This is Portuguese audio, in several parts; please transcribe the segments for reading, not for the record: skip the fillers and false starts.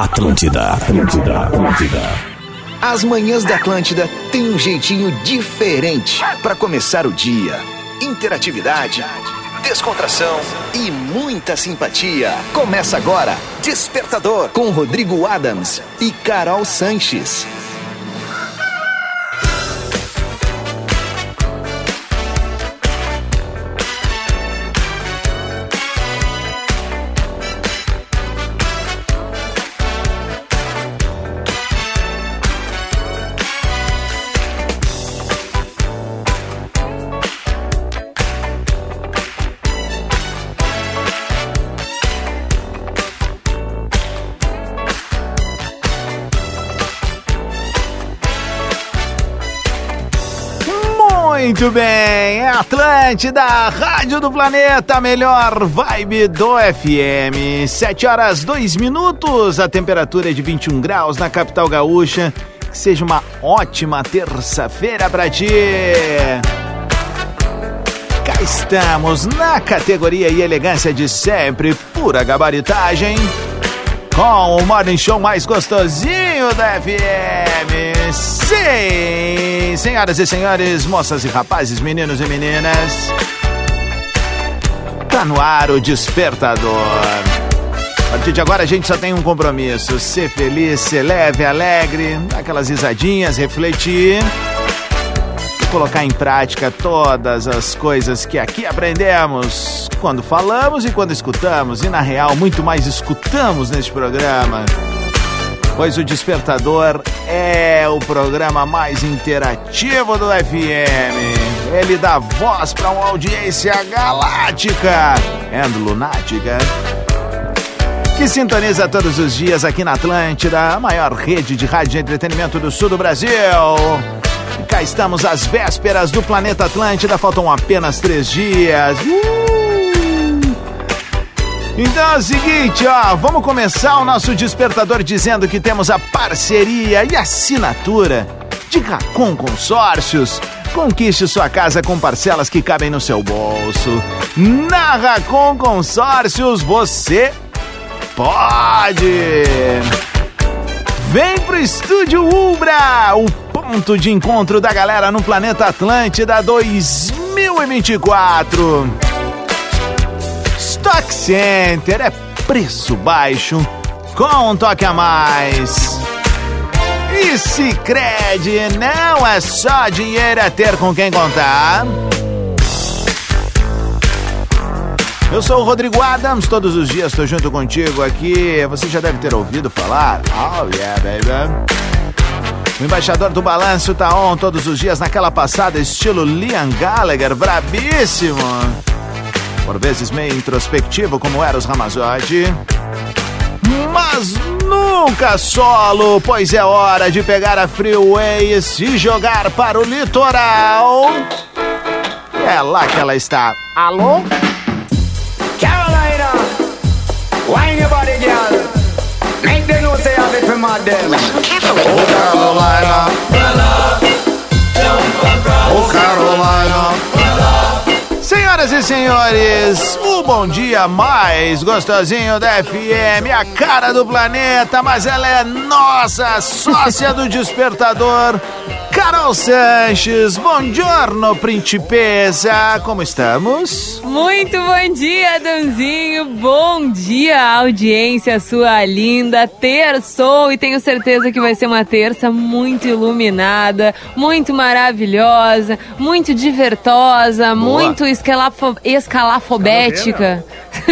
Atlântida. As manhãs da Atlântida têm um jeitinho diferente para começar o dia. Interatividade, descontração e muita simpatia. Começa agora Despertador com Rodrigo Adams e Carol Sanches. Muito bem, é Atlântida, Rádio do Planeta, melhor vibe do FM. 7h02, a temperatura é de 21 graus na capital gaúcha. Que seja uma ótima terça-feira pra ti. Cá estamos na categoria e elegância de sempre, pura gabaritagem, com o morning show mais gostosinho da FM. Sim, senhoras e senhores, moças e rapazes, meninos e meninas, tá no ar o Despertador. A partir de agora a gente só tem um compromisso: ser feliz, ser leve, alegre, dar aquelas risadinhas, refletir e colocar em prática todas as coisas que aqui aprendemos quando falamos e quando escutamos, e na real muito mais escutamos neste programa, pois o Despertador é o programa mais interativo do FM. Ele dá voz para uma audiência galáctica e lunática que sintoniza todos os dias aqui na Atlântida, a maior rede de rádio de entretenimento do sul do Brasil. E cá estamos às vésperas do Planeta Atlântida, faltam apenas 3 dias. Então é o seguinte, vamos começar o nosso Despertador dizendo que temos a parceria e assinatura de Racon Consórcios. Conquiste sua casa com parcelas que cabem no seu bolso. Na Racon Consórcios você pode! Vem pro Estúdio Umbra, o ponto de encontro da galera no Planeta Atlântida 2024. Stock Center é preço baixo com um toque a mais. E Sicredi não é só dinheiro, é ter com quem contar. Eu sou o Rodrigo Adams, todos os dias estou junto contigo aqui. Você já deve ter ouvido falar. Oh yeah, baby. O embaixador do balanço tá on todos os dias naquela passada estilo Liam Gallagher, brabíssimo. Por vezes meio introspectivo como Eros Ramazzotti, mas nunca solo, pois é hora de pegar a freeway e se jogar para o litoral. É lá que ela está. Alô? Carolina, wine your body, girl. Make them know say I'm it for my them. Oh Carolina, oh Carolina. Senhoras e senhores, o bom dia mais gostosinho da FM, a cara do planeta, mas ela é nossa sócia do Despertador, Carol Sanches. Buongiorno, principessa, como estamos? Muito bom dia, Adãozinho, bom dia, audiência sua linda, terçou, e tenho certeza que vai ser uma terça muito iluminada, muito maravilhosa, muito divertosa, boa, muito escalafobética.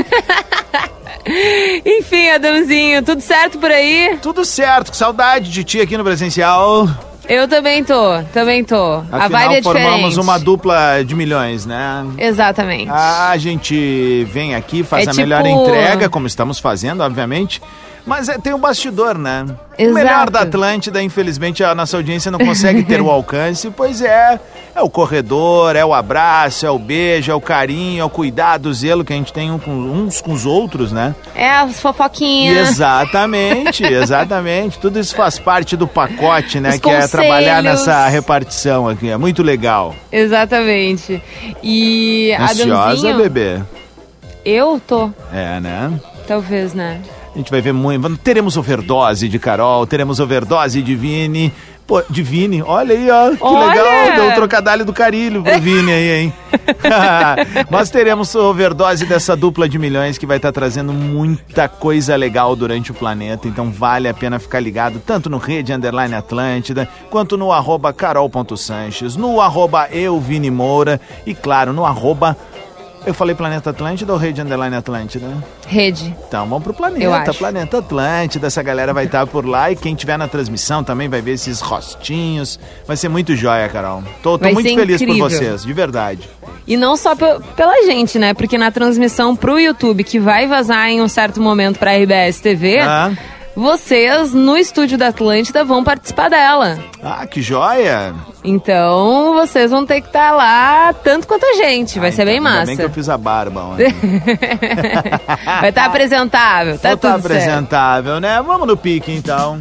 Enfim, Adãozinho, tudo certo por aí? Tudo certo, com saudade de ti aqui no presencial. Eu também tô. Afinal, a vibe é diferente. Formamos uma dupla de milhões, né? Exatamente. A gente vem aqui, faz a melhor entrega, como estamos fazendo, obviamente. Mas tem um bastidor, né? Exato. O melhor da Atlântida, infelizmente, a nossa audiência não consegue ter o alcance, pois é o corredor, é o abraço, é o beijo, é o carinho, é o cuidado, o zelo que a gente tem uns com os outros, né? É as fofoquinhas. Exatamente. Tudo isso faz parte do pacote, né? Os que conselhos. É trabalhar nessa repartição aqui, é muito legal. Exatamente. E ansiosa, Adãozinho, bebê? Eu tô. É, né? Talvez, né? A gente vai ver muito. Teremos overdose de Carol, teremos overdose de Vini. Pô, de Vini, olha aí, ó, que legal, deu um trocadilho do Carilho pro Vini aí, hein? Mas teremos overdose dessa dupla de milhões que vai estar trazendo muita coisa legal durante o planeta, então vale a pena ficar ligado, tanto no @Atlântida, quanto no @Carol.Sanches, no @EuViniMoura e, claro, no Eu falei Planeta Atlântida ou @Atlântida? Rede. Então, vamos pro planeta, Planeta Atlântida, essa galera vai estar por lá e quem tiver na transmissão também vai ver esses rostinhos, vai ser muito joia, Carol. Tô muito feliz por vocês, de verdade. E não só pela gente, né? Porque na transmissão pro YouTube, que vai vazar em um certo momento pra RBS TV... Vocês, no estúdio da Atlântida, vão participar dela. Ah, que joia! Então, vocês vão ter que estar lá tanto quanto a gente. Vai ser bem massa. Ainda bem que eu fiz a barba ontem. Vai estar apresentável, tá tudo apresentável, certo. Né? Vamos no pique, então.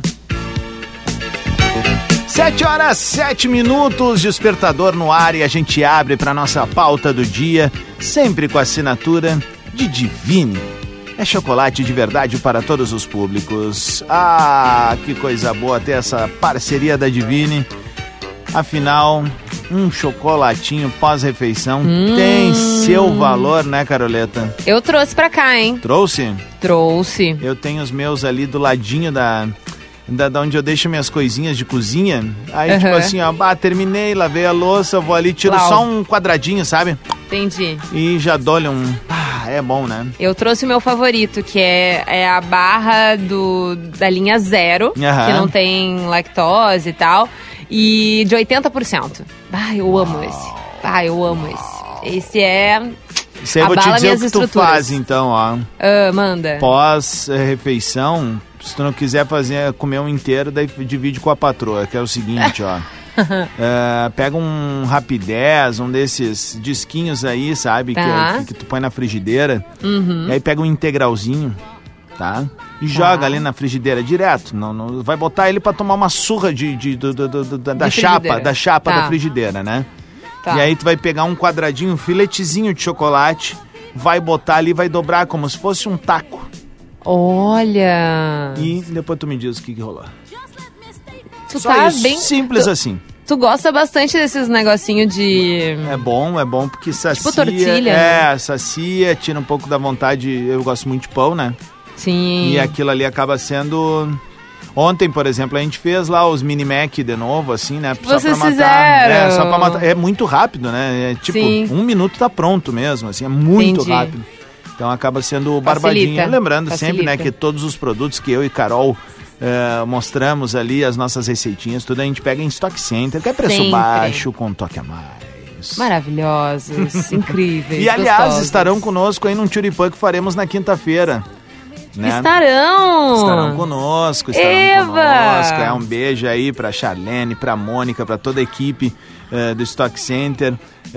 7h07, despertador no ar e a gente abre para nossa pauta do dia, sempre com a assinatura de Divine. É chocolate de verdade para todos os públicos. Ah, que coisa boa ter essa parceria da Divine. Afinal, um chocolatinho pós-refeição tem seu valor, né, Caroleta? Eu trouxe pra cá, hein? Trouxe? Trouxe. Eu tenho os meus ali do ladinho da onde eu deixo minhas coisinhas de cozinha. Aí, tipo assim, ó, terminei, lavei a louça, vou ali, tiro só um quadradinho, sabe? Entendi. E já dou-lhe um... é bom, né? Eu trouxe o meu favorito, que é a barra da linha zero, que não tem lactose e tal, e de 80%. Eu amo esse. Eu amo esse. Esse é... Isso aí eu vou te dizer o que tu faz, então, ó. Manda. Pós-refeição, se tu não quiser comer um inteiro, daí divide com a patroa, que é o seguinte, ó. Pega um Rapidez, um desses disquinhos aí, sabe? Que tu põe na frigideira. E aí pega um integralzinho, tá? E joga ali na frigideira direto. Não vai botar ele pra tomar uma surra da chapa da frigideira, né? E aí tu vai pegar um quadradinho, um filetezinho de chocolate, vai botar ali, vai dobrar como se fosse um taco. Olha! E depois tu me diz o que rolou. Tu só tá isso, bem... simples assim. Tu gosta bastante desses negocinhos de... É bom porque sacia... Tipo tortilha, né? Sacia, tira um pouco da vontade. Eu gosto muito de pão, né? Sim. E aquilo ali acaba sendo... Ontem, por exemplo, a gente fez lá os mini Mac de novo, assim, né? Vocês só pra matar. Fizeram. Só pra matar. É muito rápido, né? É tipo, 1 minuto tá pronto mesmo, assim, é muito rápido. Então acaba sendo barbadinho. Lembrando sempre, né, que todos os produtos que eu e Carol mostramos ali, as nossas receitinhas, tudo a gente pega em Stock Center, que é preço baixo, com um toque a mais. Maravilhosos, incríveis. E aliás, gostosos. estarão conosco aí num Churipã que faremos na quinta-feira. Né? Estarão conosco. Um beijo aí pra Charlene, pra Mônica, pra toda a equipe do Stock Center.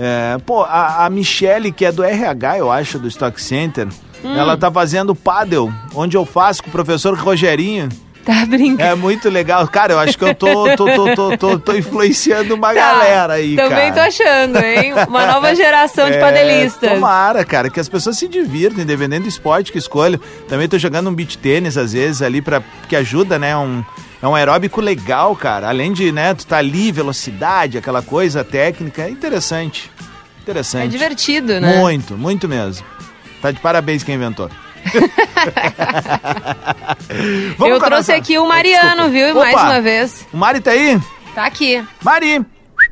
A Michele, que é do RH, eu acho, do Stock Center, ela tá fazendo pádel, onde eu faço com o professor Rogerinho. Tá brincando. É muito legal. Cara, eu acho que eu tô influenciando uma galera aí, também tô achando, hein? Uma nova geração de padelistas. Tomara, cara, que as pessoas se divirtam, independente do esporte que escolho. Também tô jogando um beach tênis, às vezes, ali, que ajuda, né? É um aeróbico legal, cara. Além de, né, tu tá ali, velocidade, aquela coisa técnica. É interessante. É divertido, né? Muito, muito mesmo. Tá de parabéns quem inventou. Eu trouxe aqui o Mariano, viu? Mais uma vez. O Mari tá aí? Tá aqui. Mari!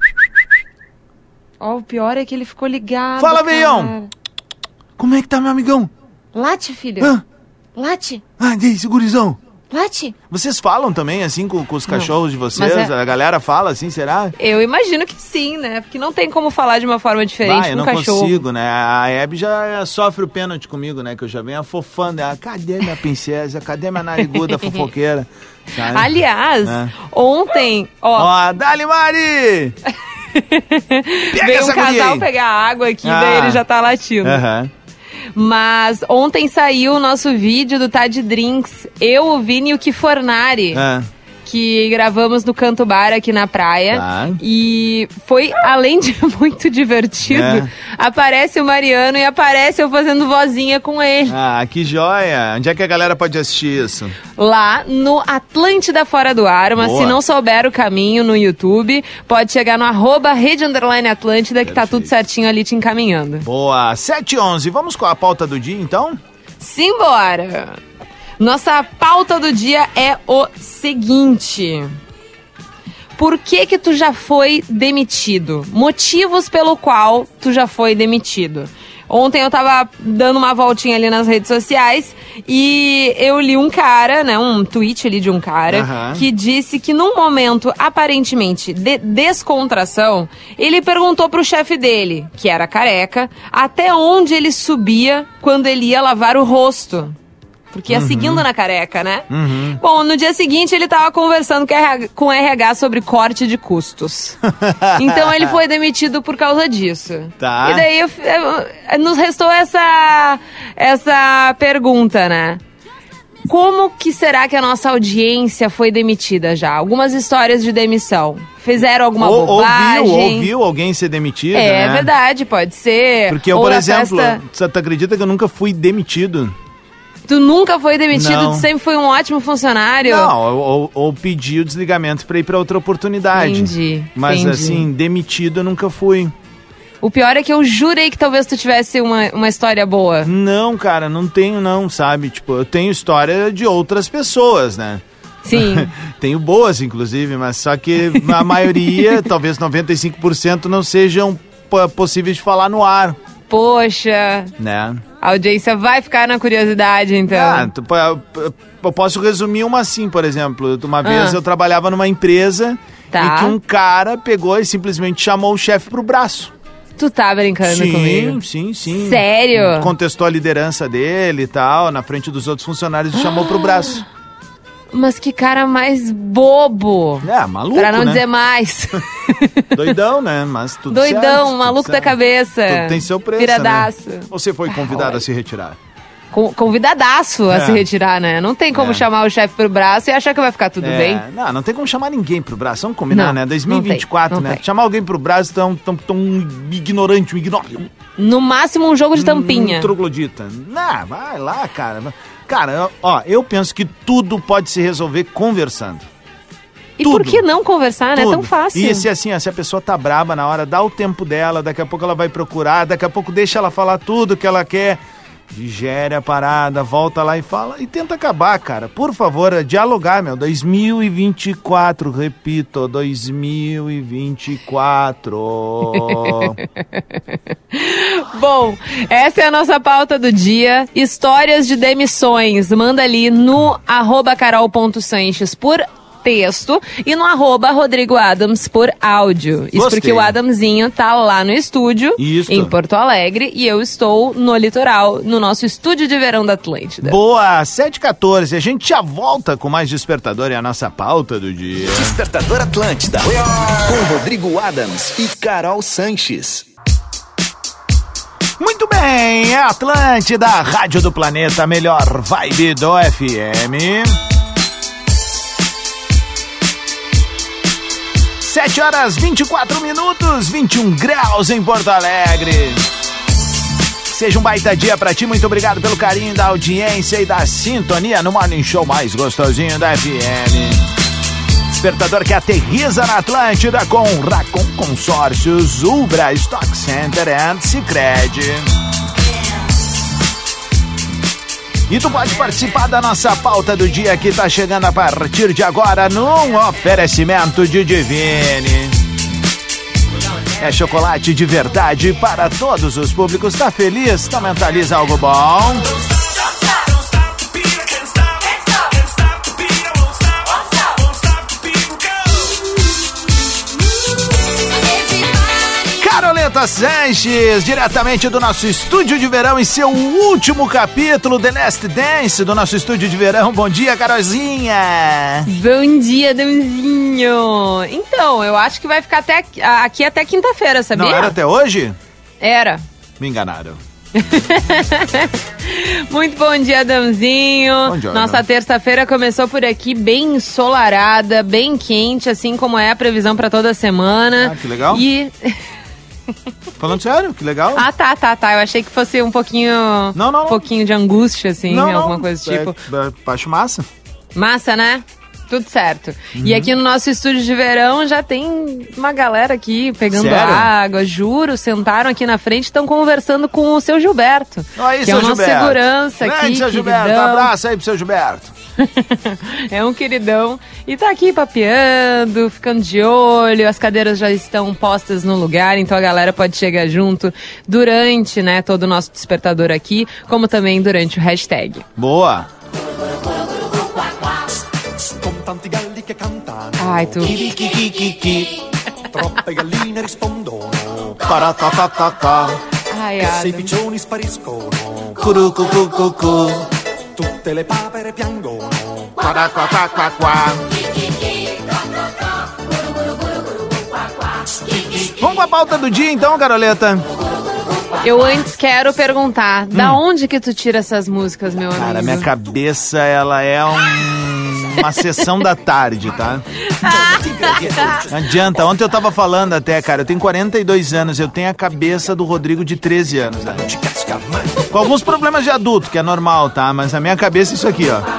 O pior é que ele ficou ligado. Fala, veião! Como é que tá, meu amigão? Late, filho. Late. Diz, gurizão. Late. Vocês falam também, assim, com os cachorros de vocês? A galera fala assim, será? Eu imagino que sim, né? Porque não tem como falar de uma forma diferente com um cachorro. Eu não consigo, né? A Hebe já sofre o pênalti comigo, né? Que eu já venho afofando. Cadê minha princesa? Cadê minha nariguda fofoqueira? Sabe? Aliás, ontem... Dali, Mari! Veio um casal pegar água aqui, daí ele já tá latindo. Mas ontem saiu o nosso vídeo do Tade Drinks, eu, o Vini e o Kifornari. que gravamos no Canto Bar aqui na praia. Tá. E foi, além de muito divertido, aparece o Mariano e aparece eu fazendo vozinha com ele. Ah, que joia! Onde é que a galera pode assistir isso? Lá no Atlântida Fora do Ar, mas Boa. se não souber o caminho no YouTube, pode chegar no @rede_Atlântida, que tá tudo certinho ali te encaminhando. Boa, 7h11. Vamos com a pauta do dia, então? Simbora! Nossa pauta do dia é o seguinte: por que tu já foi demitido? Motivos pelo qual tu já foi demitido. Ontem eu tava dando uma voltinha ali nas redes sociais e eu li um cara, né, um tweet ali de um cara, que disse que num momento aparentemente de descontração, ele perguntou pro chefe dele, que era careca, até onde ele subia quando ele ia lavar o rosto. Porque ia seguindo na careca, né? Bom, no dia seguinte ele tava conversando com o RH sobre corte de custos. Então ele foi demitido por causa disso. Tá. E daí nos restou essa pergunta, né? Como que será que a nossa audiência foi demitida já? Algumas histórias de demissão. Fizeram alguma bobagem? Ouviu alguém ser demitido, É né? verdade, pode ser. Porque eu, por exemplo, você acredita que eu nunca fui demitido? Tu nunca foi demitido, Não. tu sempre foi um ótimo funcionário? Não, ou pedi o desligamento pra ir pra outra oportunidade. Entendi. Mas assim, demitido eu nunca fui. O pior é que eu jurei que talvez tu tivesse uma história boa. Não, cara, não tenho não, sabe? Tipo, eu tenho história de outras pessoas, né? Sim. Tenho boas, inclusive, mas só que a maioria, talvez 95%, não sejam possíveis de falar no ar. Poxa, Né? a audiência vai ficar na curiosidade, então. Eu posso resumir uma assim, por exemplo. Uma vez eu trabalhava numa empresa e que um cara pegou e simplesmente chamou o chefe pro braço. Tu tá brincando comigo? Sim. Sério? Contestou a liderança dele e tal, na frente dos outros funcionários e chamou pro braço. Mas que cara mais bobo. É, maluco, Pra não né? dizer mais. Doidão, né? Mas tudo Doidão, certo, tudo maluco da certo. cabeça. Tudo tem seu preço, Piradaço. né? Você foi convidado a se retirar? Convidadaço a se retirar, né? Não tem como chamar o chefe pro braço e achar que vai ficar tudo bem. Não tem como chamar ninguém pro braço. Vamos combinar, Não, né? 2024, não né? tem. Chamar alguém pro braço tão ignorante, No máximo um jogo de tampinha. troglodita. Não, vai lá, cara. Cara, ó, eu penso que tudo pode se resolver conversando. E tudo. por que não conversar, né? É tão fácil. E se assim, ó, se a pessoa tá braba na hora, dá o tempo dela, daqui a pouco ela vai procurar, daqui a pouco deixa ela falar tudo que ela quer. Digere a parada, volta lá e fala e tenta acabar, cara. Por favor, dialogar, meu. 2024, repito, 2024. Bom, essa é a nossa pauta do dia. Histórias de demissões. Manda ali no @carol.sanches por texto e no @Rodrigo Adams por áudio. Isso Gostei. porque o Adamzinho tá lá no estúdio, Isso. em Porto Alegre, e eu estou no litoral, no nosso estúdio de verão da Atlântida. Boa, 7h14. A gente já volta com mais Despertador e a nossa pauta do dia. Despertador Atlântida. Com Rodrigo Adams e Carol Sanches. Muito bem, é Atlântida, Rádio do Planeta, a melhor vibe do FM. 7h24, 21 graus em Porto Alegre. Seja um baita dia pra ti, muito obrigado pelo carinho da audiência e da sintonia no Morning Show mais gostosinho da FM. Despertador que aterriza na Atlântida com Racon Consórcios, Ubra Stock Center e Sicredi. E tu pode participar da nossa pauta do dia que tá chegando a partir de agora num oferecimento de Divine. É chocolate de verdade para todos os públicos. Tá feliz? Tá mentaliza algo bom? Caroleta Sanches, diretamente do nosso estúdio de verão, em seu último capítulo, The Last Dance, do nosso estúdio de verão. Bom dia, Carolzinha! Bom dia, Danzinho! Então, eu acho que vai ficar aqui até quinta-feira, sabia? Não era até hoje? Era. Me enganaram. Muito bom dia, Adãozinho. Bom dia, Nossa terça-feira começou por aqui bem ensolarada, bem quente, assim como é a previsão para toda a semana. Ah, que legal. E... Falando sério, que legal. Ah, tá. Eu achei que fosse um pouquinho... Não. Um pouquinho de angústia, assim, alguma coisa do tipo. Acho massa. Massa, né? Tudo certo. E aqui no nosso estúdio de verão já tem uma galera aqui pegando Sério? água, juro, sentaram aqui na frente e estão conversando com o seu Gilberto. Aí, que seu é o nosso Gilberto. segurança Grande, aqui, seu Gilberto. queridão. Abraço aí pro seu Gilberto. É um queridão. E tá aqui papeando, ficando de olho, as cadeiras já estão postas no lugar, então a galera pode chegar junto durante, né, todo o nosso despertador aqui, como também durante o hashtag. Boa. Ai, tu... Troppe galline rispondono, Paratatata. Ai, se i Adam. piccioni spariscono, Curucucucucu. tutte le papere piangono. Paraquaquaquaquá. Vamos com a pauta do dia então, Caroleta. Eu antes quero perguntar, da onde que tu tira essas músicas, meu amigo? Cara, minha cabeça, ela é uma sessão da tarde, tá? Não adianta. Ontem eu tava falando até, cara, eu tenho 42 anos, eu tenho a cabeça do Rodrigo de 13 anos, né? Com alguns problemas de adulto, que é normal, tá? Mas a minha cabeça é isso aqui, ó.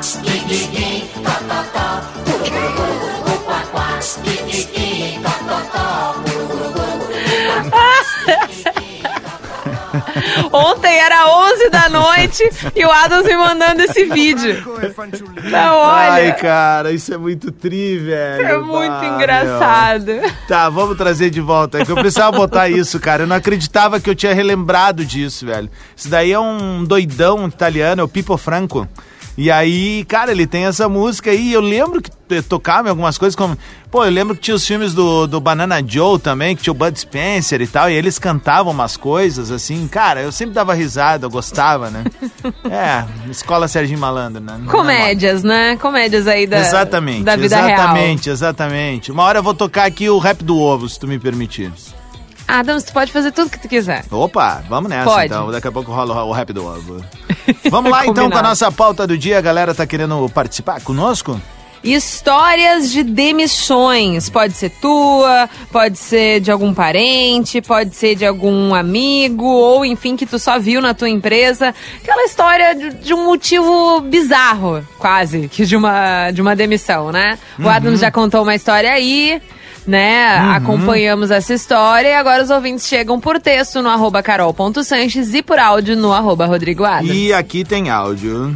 Ontem era 11 da noite e o Adams me mandando esse vídeo. Não, olha, Ai, cara, isso é muito tri, velho. é muito Bah, engraçado. meu. Tá, vamos trazer de volta. É que eu precisava botar isso, cara. Eu não acreditava que eu tinha relembrado disso, velho. Isso daí é um doidão italiano, é o Pippo Franco. E aí, cara, ele tem essa música aí. Eu lembro que tocava em algumas coisas como... Pô, eu lembro que tinha os filmes do Banana Joe também, que tinha o Bud Spencer e tal, e eles cantavam umas coisas assim. Cara, eu sempre dava risada, eu gostava, né? É, escola Serginho Malandro, né? Comédias, né? Comédias aí da, Exatamente, da vida real. Exatamente. Uma hora eu vou tocar aqui o rap do ovo, se tu me permitir. Adams, tu pode fazer tudo que tu quiser. Opa, vamos nessa Pode. então. Daqui a pouco rola o rap do ovo. Vamos lá então com a Combinado. nossa pauta do dia. A galera tá querendo participar conosco? Histórias de demissões. Pode ser tua, pode ser de algum parente, pode ser de algum amigo, ou enfim, que tu só viu na tua empresa. Aquela história de um motivo bizarro, quase, que de uma demissão, né? O Adams já contou uma história aí, né? Acompanhamos essa história e agora os ouvintes chegam por texto no @carol.sanches e por áudio no @Rodrigo Adams. E aqui tem áudio.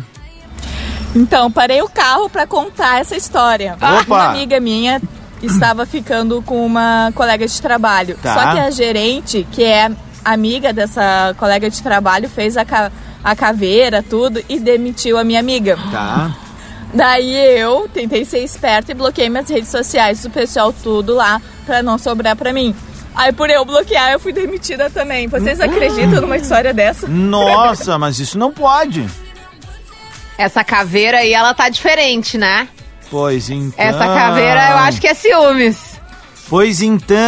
Então, parei o carro pra contar essa história. Opa! Uma amiga minha estava ficando com uma colega de trabalho. Tá. Só que a gerente, que é amiga dessa colega de trabalho, fez a caveira, tudo, e demitiu a minha amiga. Tá. Daí eu tentei ser esperta e bloqueei minhas redes sociais do pessoal tudo lá pra não sobrar pra mim. Aí por eu bloquear, eu fui demitida também. Vocês acreditam numa história dessa? Nossa, mas isso não pode. Essa caveira aí, ela tá diferente, né? Pois então. Essa caveira eu acho que é ciúmes. Pois então.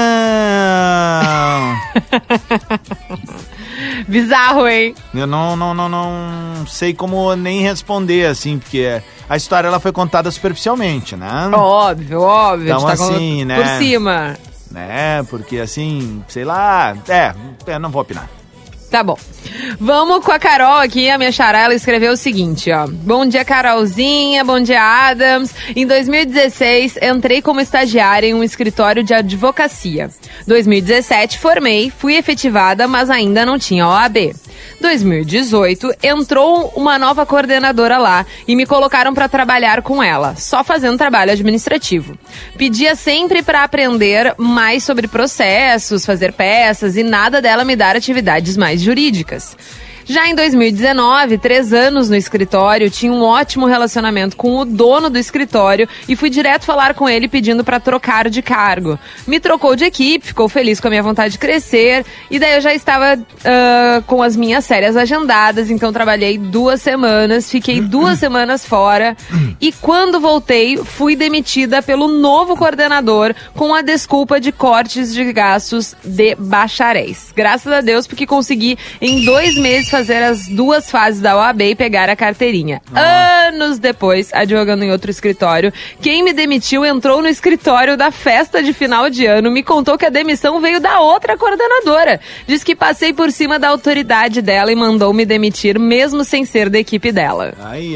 Bizarro, hein? Eu não sei como nem responder, assim, porque a história ela foi contada superficialmente, né? Óbvio. Então, a gente tá assim, falando né? por cima. Né? Porque assim, sei lá. Não vou opinar. Tá bom. Vamos com a Carol aqui, a minha xará, ela escreveu o seguinte, ó. Bom dia, Carolzinha, bom dia, Adams. Em 2016, entrei como estagiária em um escritório de advocacia. 2017, formei, fui efetivada, mas ainda não tinha OAB. 2018, entrou uma nova coordenadora lá e me colocaram para trabalhar com ela, só fazendo trabalho administrativo. Pedia sempre para aprender mais sobre processos, fazer peças e nada dela me dar atividades mais jurídicas. Já em 2019, 3 anos no escritório, tinha um ótimo relacionamento com o dono do escritório e fui direto falar com ele pedindo pra trocar de cargo. Me trocou de equipe, ficou feliz com a minha vontade de crescer e daí eu já estava com as minhas férias agendadas, então trabalhei 2 semanas, fiquei 2 semanas fora e quando voltei, fui demitida pelo novo coordenador com a desculpa de cortes de gastos de bacharéis. Graças a Deus, porque consegui em 2 meses fazer as 2 fases da OAB e pegar a carteirinha. Anos depois, advogando em outro escritório, quem me demitiu entrou no escritório da festa de final de ano, me contou que a demissão veio da outra coordenadora. Diz que passei por cima da autoridade dela e mandou me demitir, mesmo sem ser da equipe dela. Ai.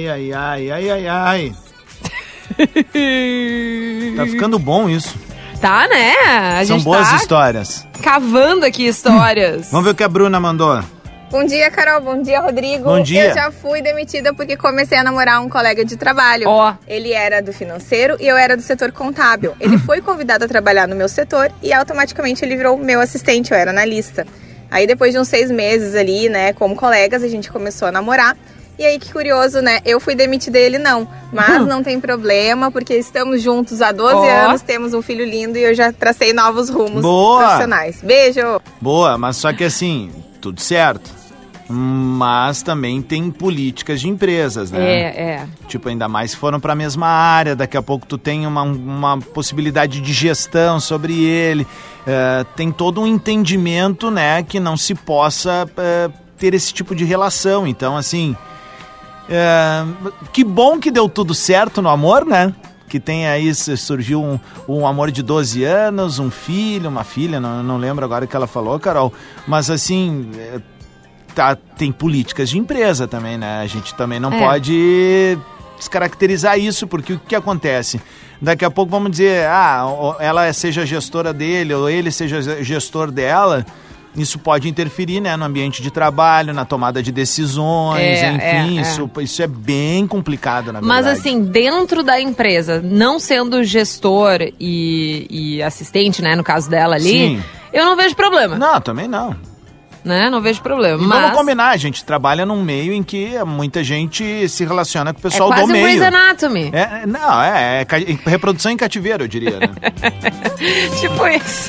Tá ficando bom isso. Tá, né? São boas histórias. Cavando aqui histórias. Vamos ver o que a Bruna mandou. Bom dia, Carol. Bom dia, Rodrigo. Bom dia. Eu já fui demitida porque comecei a namorar um colega de trabalho. Ele era do financeiro e eu era do setor contábil. Ele foi convidado a trabalhar no meu setor e automaticamente ele virou meu assistente, eu era analista. Aí depois de uns 6 meses ali, né, como colegas, a gente começou a namorar. E aí, que curioso, né? Eu fui demitida e ele não. Mas não tem problema, porque estamos juntos há 12 anos, temos um filho lindo e eu já tracei novos rumos profissionais. Beijo! Boa, mas só que assim, tudo certo. Mas também tem políticas de empresas, né? Tipo, ainda mais se foram para a mesma área, daqui a pouco tu tem uma possibilidade de gestão sobre ele. Tem todo um entendimento, né, que não se possa ter esse tipo de relação. Então, assim... que bom que deu tudo certo no amor, né? Que tem aí, surgiu um amor de 12 anos, um filho, uma filha, não lembro agora o que ela falou, Carol. Mas assim, tem políticas de empresa também, né? A gente também não pode descaracterizar isso, porque o que acontece? Daqui a pouco vamos dizer, ela seja gestora dele ou ele seja gestor dela. Isso pode interferir, né, no ambiente de trabalho, na tomada de decisões, enfim, isso é bem complicado, na verdade. Mas assim, dentro da empresa, não sendo gestor e assistente, né, no caso dela ali, eu não vejo problema. Não, também não. Né? Não vejo problema. E vamos combinar, a gente trabalha num meio em que muita gente se relaciona com o pessoal do meio. É quase Grey's Anatomy. É reprodução em cativeiro, eu diria, né? Tipo isso.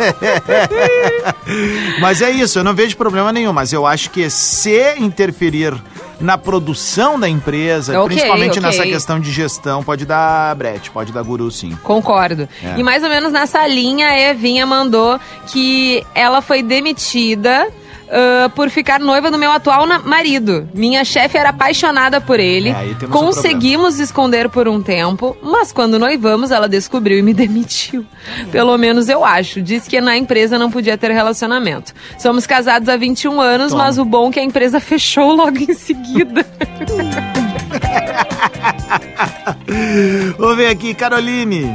Mas é isso, eu não vejo problema nenhum, mas eu acho que se interferir na produção da empresa, principalmente nessa questão de gestão, pode dar brete, pode dar guru, sim. Concordo. E mais ou menos nessa linha, a Evinha mandou que ela foi demitida por ficar noiva do meu atual marido. Minha chefe era apaixonada por ele. Conseguimos esconder por um tempo, mas quando noivamos, ela descobriu e me demitiu. Pelo menos eu acho. Diz que na empresa não podia ter relacionamento. Somos casados há 21 anos, mas o bom é que a empresa fechou logo em seguida. Vou ver aqui, Caroline.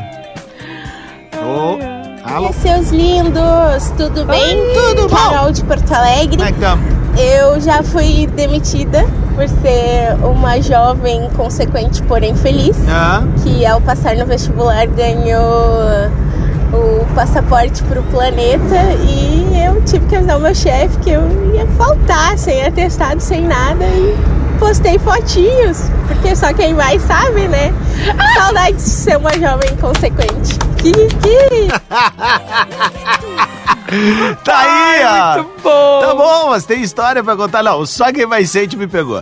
Alô? Seus lindos, tudo bem? Tudo bom? Carol de Porto Alegre. Como é que estamos? Eu já fui demitida por ser uma jovem inconsequente, porém feliz, que ao passar no vestibular ganhou o passaporte pro planeta e eu tive que avisar o meu chefe que eu ia faltar, sem atestado, sem nada, e postei fotinhos, porque só quem vai sabe, né? Saudade de ser uma jovem inconsequente. Tá aí, ó. Muito bom. Tá bom, mas tem história pra contar. Não, só quem vai ser me pegou.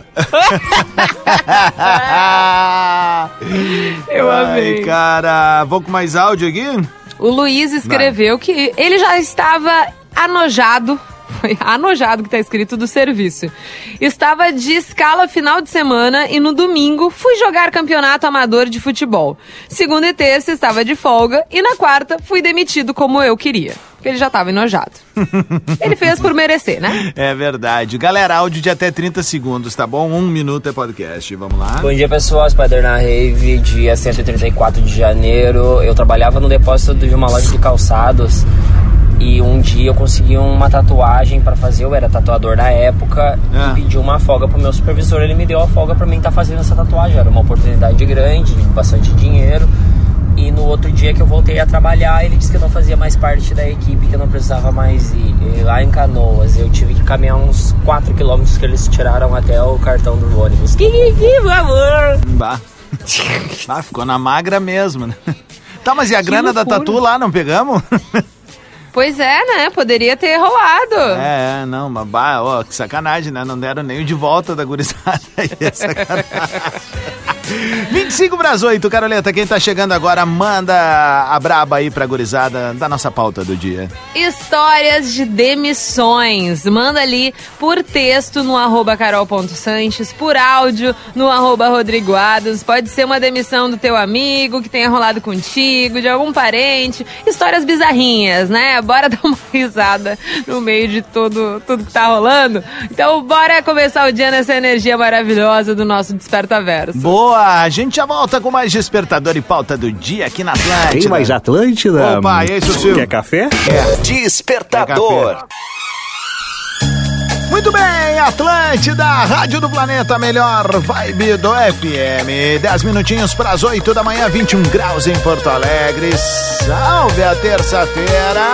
Eu amei. Ai, cara. Vou com mais áudio aqui? O Luiz escreveu que ele já estava anojado. Foi anojado que tá escrito do serviço. Estava de escala final de semana e no domingo fui jogar campeonato amador de futebol. Segunda e terça estava de folga e na quarta fui demitido como eu queria. Porque ele já estava enojado. Ele fez por merecer, né? É verdade. Galera, áudio de até 30 segundos, tá bom? 1 minuto é podcast. Vamos lá. Bom dia, pessoal. Spider na Rave, dia 134 de janeiro. Eu trabalhava no depósito de uma loja de calçados. E um dia eu consegui uma tatuagem pra fazer, eu era tatuador na época, e pedi uma folga pro meu supervisor, ele me deu a folga pra mim estar fazendo essa tatuagem. Era uma oportunidade grande, bastante dinheiro, E no outro dia que eu voltei a trabalhar, ele disse que eu não fazia mais parte da equipe, que eu não precisava mais ir. E lá em Canoas, eu tive que caminhar uns 4 quilômetros que eles tiraram até o cartão do ônibus. Que amor! Bah. Ah, ficou na magra mesmo, né? Tá, mas e a grana da Tatu lá, não pegamos? Pois é, né? Poderia ter rolado. Não, mas que sacanagem, né? Não deram nem o de volta da gurizada aí, sacanagem. 25 para as 8, Caroleta, quem tá chegando agora, manda a braba aí pra gurizada da nossa pauta do dia. Histórias de demissões. Manda ali por texto no @carol.sanches, por áudio no @Rodrigo Adams. Pode ser uma demissão do teu amigo que tenha rolado contigo, de algum parente. Histórias bizarrinhas, né? Bora dar uma risada no meio de tudo que tá rolando. Então bora começar o dia nessa energia maravilhosa do nosso Despertaverso. Boa! A gente já volta com mais Despertador e pauta do dia aqui na Atlântida. Tem mais Atlântida? Opa, e aí, Sussil? Quer café? Despertador. Café. Muito bem, Atlântida, Rádio do Planeta, melhor vibe do FM. 10 minutinhos para as 8 da manhã, 21 graus em Porto Alegre. Salve a terça-feira.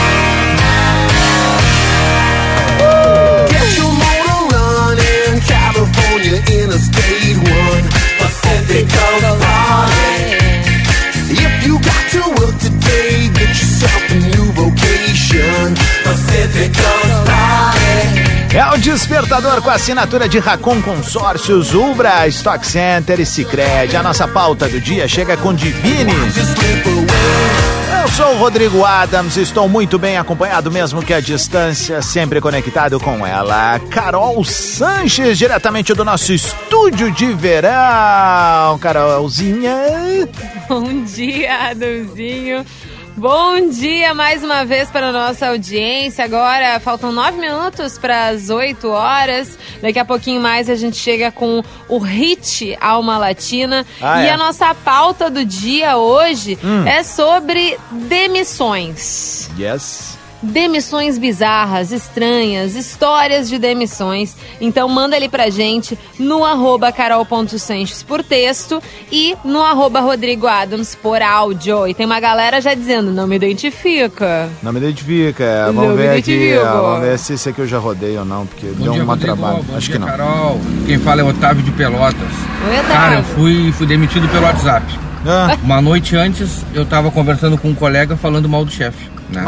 Get your motor running, California Interstate 1. Pacific Coast Party. If you got to work today, get yourself a new vocation. Pacific Coast Party. É o Despertador com a assinatura de Racon Consórcios, Ubra, Stock Center e Sicredi. A nossa pauta do dia chega com Divine. Eu sou o Rodrigo Adams, estou muito bem acompanhado mesmo que à distância, sempre conectado com ela, Carol Sanches, diretamente do nosso estúdio de verão. Carolzinha. Bom dia, Adamzinho. Bom dia mais uma vez para a nossa audiência. Agora faltam 9 minutos para as 8 horas. Daqui a pouquinho mais a gente chega com o hit Alma Latina. E a nossa pauta do dia hoje é sobre demissões. Yes. Demissões bizarras, estranhas, histórias de demissões. Então manda ali pra gente no @carol.sanches por texto e no @Rodrigo Adams por áudio. E tem uma galera já dizendo, não me identifica. Não me identifica, vamos ver aqui, vamos ver se esse aqui eu já rodei ou não, porque deu uma trabalho. Acho que não. Carol, quem fala é Otávio de Pelotas. Oi, Otávio. Cara, eu fui demitido pelo WhatsApp. Uma noite antes, eu tava conversando com um colega falando mal do chefe. Né?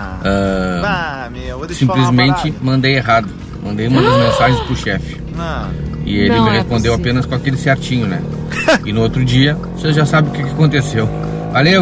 Simplesmente mandei errado. Mandei uma das mensagens pro chefe. E ele me respondeu apenas com aquele certinho, né? E no outro dia, você já sabe o que aconteceu. Valeu,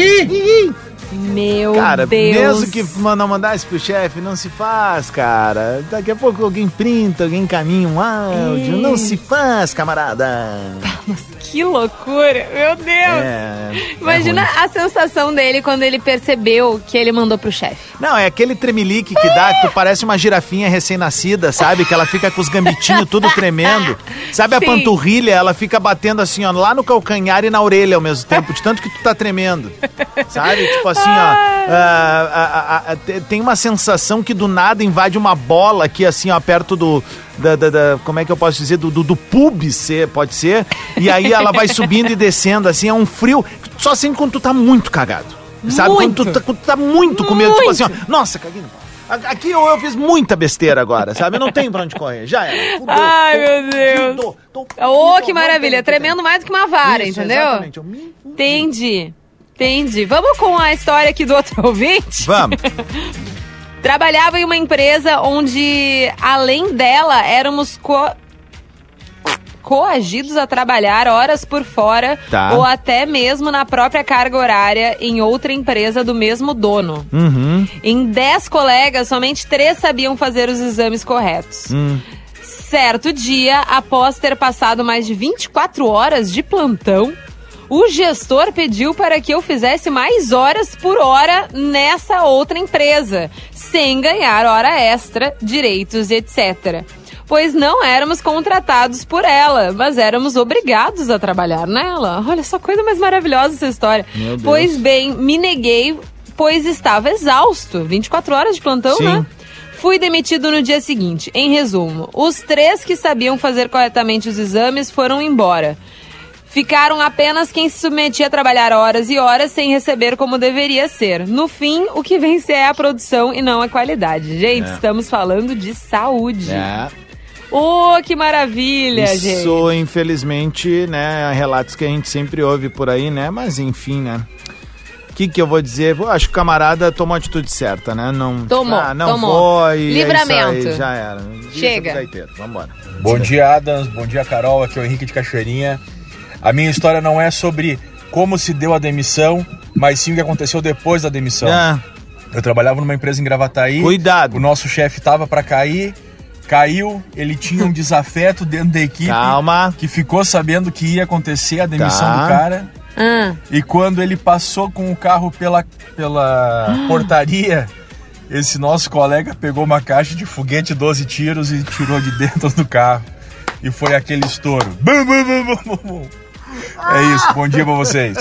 Meu cara, Deus. mesmo que não mandasse pro chefe, não se faz, cara. Daqui a pouco alguém printa, alguém encaminha um áudio. Não se faz, camarada. Mas que loucura, meu Deus. Imagina a sensação dele quando ele percebeu que ele mandou pro chefe. Não, é aquele tremelique que dá, que tu parece uma girafinha recém-nascida, sabe? Que ela fica com os gambitinhos tudo tremendo. Sabe a panturrilha? Ela fica batendo assim, ó, lá no calcanhar e na orelha ao mesmo tempo, de tanto que tu tá tremendo. Sabe? Tipo assim, ó, tem uma sensação que do nada invade uma bola aqui, assim, ó, perto do... como é que eu posso dizer? Do pubis, pode ser. E aí ela vai subindo e descendo, assim, é um frio. Só assim quando tu tá muito cagado. Sabe? Muito. Quando tu tá muito com medo, tipo assim, ó, nossa, caguei no pau. Aqui eu fiz muita besteira agora, sabe? Eu não tenho pra onde correr, já era. Fudeu, ai, meu Deus. Que maravilha, tremendo mais do que uma vara, isso, entendeu? Exatamente. Entendi. Vamos com a história aqui do outro ouvinte? Vamos. Trabalhava em uma empresa onde, além dela, éramos coagidos a trabalhar horas por fora ou até mesmo na própria carga horária em outra empresa do mesmo dono. Em 10 colegas, somente 3 sabiam fazer os exames corretos. Certo dia, após ter passado mais de 24 horas de plantão, o gestor pediu para que eu fizesse mais horas por hora nessa outra empresa, sem ganhar hora extra, direitos, etc. Pois não éramos contratados por ela, mas éramos obrigados a trabalhar nela. Olha só, coisa mais maravilhosa essa história. Pois bem, me neguei, pois estava exausto. 24 horas de plantão, né? Fui demitido no dia seguinte. Em resumo, os 3 que sabiam fazer corretamente os exames foram embora. Ficaram apenas quem se submetia a trabalhar horas e horas sem receber como deveria ser. No fim, o que vence é a produção e não a qualidade. Gente, estamos falando de saúde. Que maravilha, gente. Isso, infelizmente, né, relatos que a gente sempre ouve por aí, né, mas enfim, né. O que eu vou dizer? Eu acho que o camarada tomou a atitude certa, né? Tomou. Foi. Livramento. É já era. Chega. Vambora. Bom dia, Adams. Bom dia, Carol. Aqui é o Henrique de Cachoeirinha. A minha história não é sobre como se deu a demissão, mas sim o que aconteceu depois da demissão. Eu trabalhava numa empresa em Gravataí. Cuidado. O nosso chefe tava para cair. Caiu, ele tinha um desafeto dentro da equipe. Calma. Que ficou sabendo que ia acontecer a demissão do cara. E quando ele passou com o carro pela portaria, esse nosso colega pegou uma caixa de foguete 12 tiros e tirou de dentro do carro. E foi aquele estouro. Bum, bum, bum, bum, bum. É isso, bom dia pra vocês.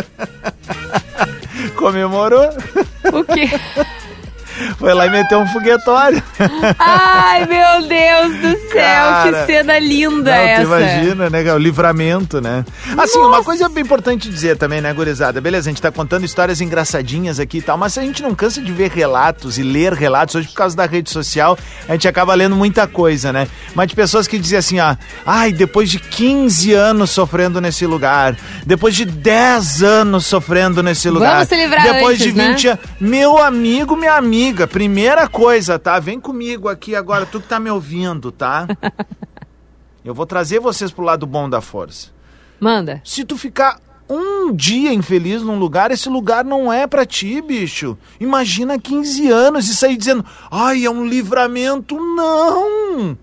Comemorou? O quê? Foi lá e meteu um foguetório. Ai, meu Deus do céu, cara, que cena linda essa. Imagina, né? O livramento, né? Assim, uma coisa bem importante dizer também, né, gurizada? Beleza, a gente tá contando histórias engraçadinhas aqui e tal, mas a gente não cansa de ver relatos e ler relatos. Hoje, por causa da rede social, a gente acaba lendo muita coisa, né? Mas de pessoas que dizem assim, ai, depois de 15 anos sofrendo nesse lugar, depois de 10 anos sofrendo nesse lugar, vamos se livrar depois antes, de 20 anos, meu amigo, minha amiga, primeira coisa, tá? Vem comigo aqui agora, tu que tá me ouvindo, tá? Eu vou trazer vocês pro lado bom da força. Manda. Se tu ficar um dia infeliz num lugar, esse lugar não é pra ti, bicho. Imagina 15 anos e sair dizendo, ai, é um livramento. Não!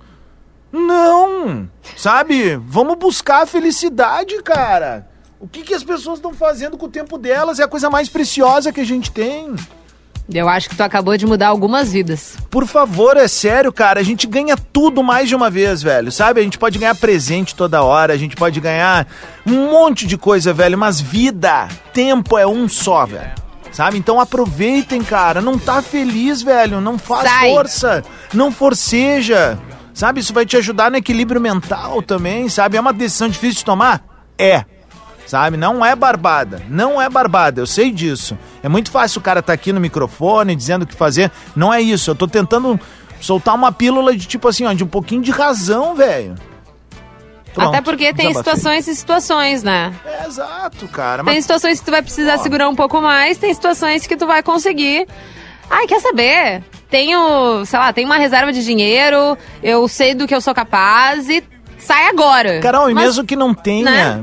Não! Sabe? Vamos buscar a felicidade, cara. O que as pessoas estão fazendo com o tempo delas é a coisa mais preciosa que a gente tem. Eu acho que tu acabou de mudar algumas vidas. Por favor, é sério, cara. A gente ganha tudo mais de uma vez, velho. Sabe? A gente pode ganhar presente toda hora. A gente pode ganhar um monte de coisa, velho. Mas vida, tempo é um só, velho. Sabe? Então aproveitem, cara. Não tá feliz, velho. Não faz força. Não forceja. Sabe? Isso vai te ajudar no equilíbrio mental também, sabe? É uma decisão difícil de tomar? É. Sabe? Não é barbada. Não é barbada, eu sei disso. É muito fácil o cara tá aqui no microfone dizendo o que fazer. Não é isso. Eu tô tentando soltar uma pílula de tipo assim, ó, de um pouquinho de razão, velho. Pronto, até porque tem situações e situações, né? É, exato, cara. Tem situações que tu vai precisar segurar um pouco mais, tem situações que tu vai conseguir. Ai, quer saber? Tenho, sei lá, tenho uma reserva de dinheiro, eu sei do que eu sou capaz e sai agora. Carol, e mesmo que não tenha,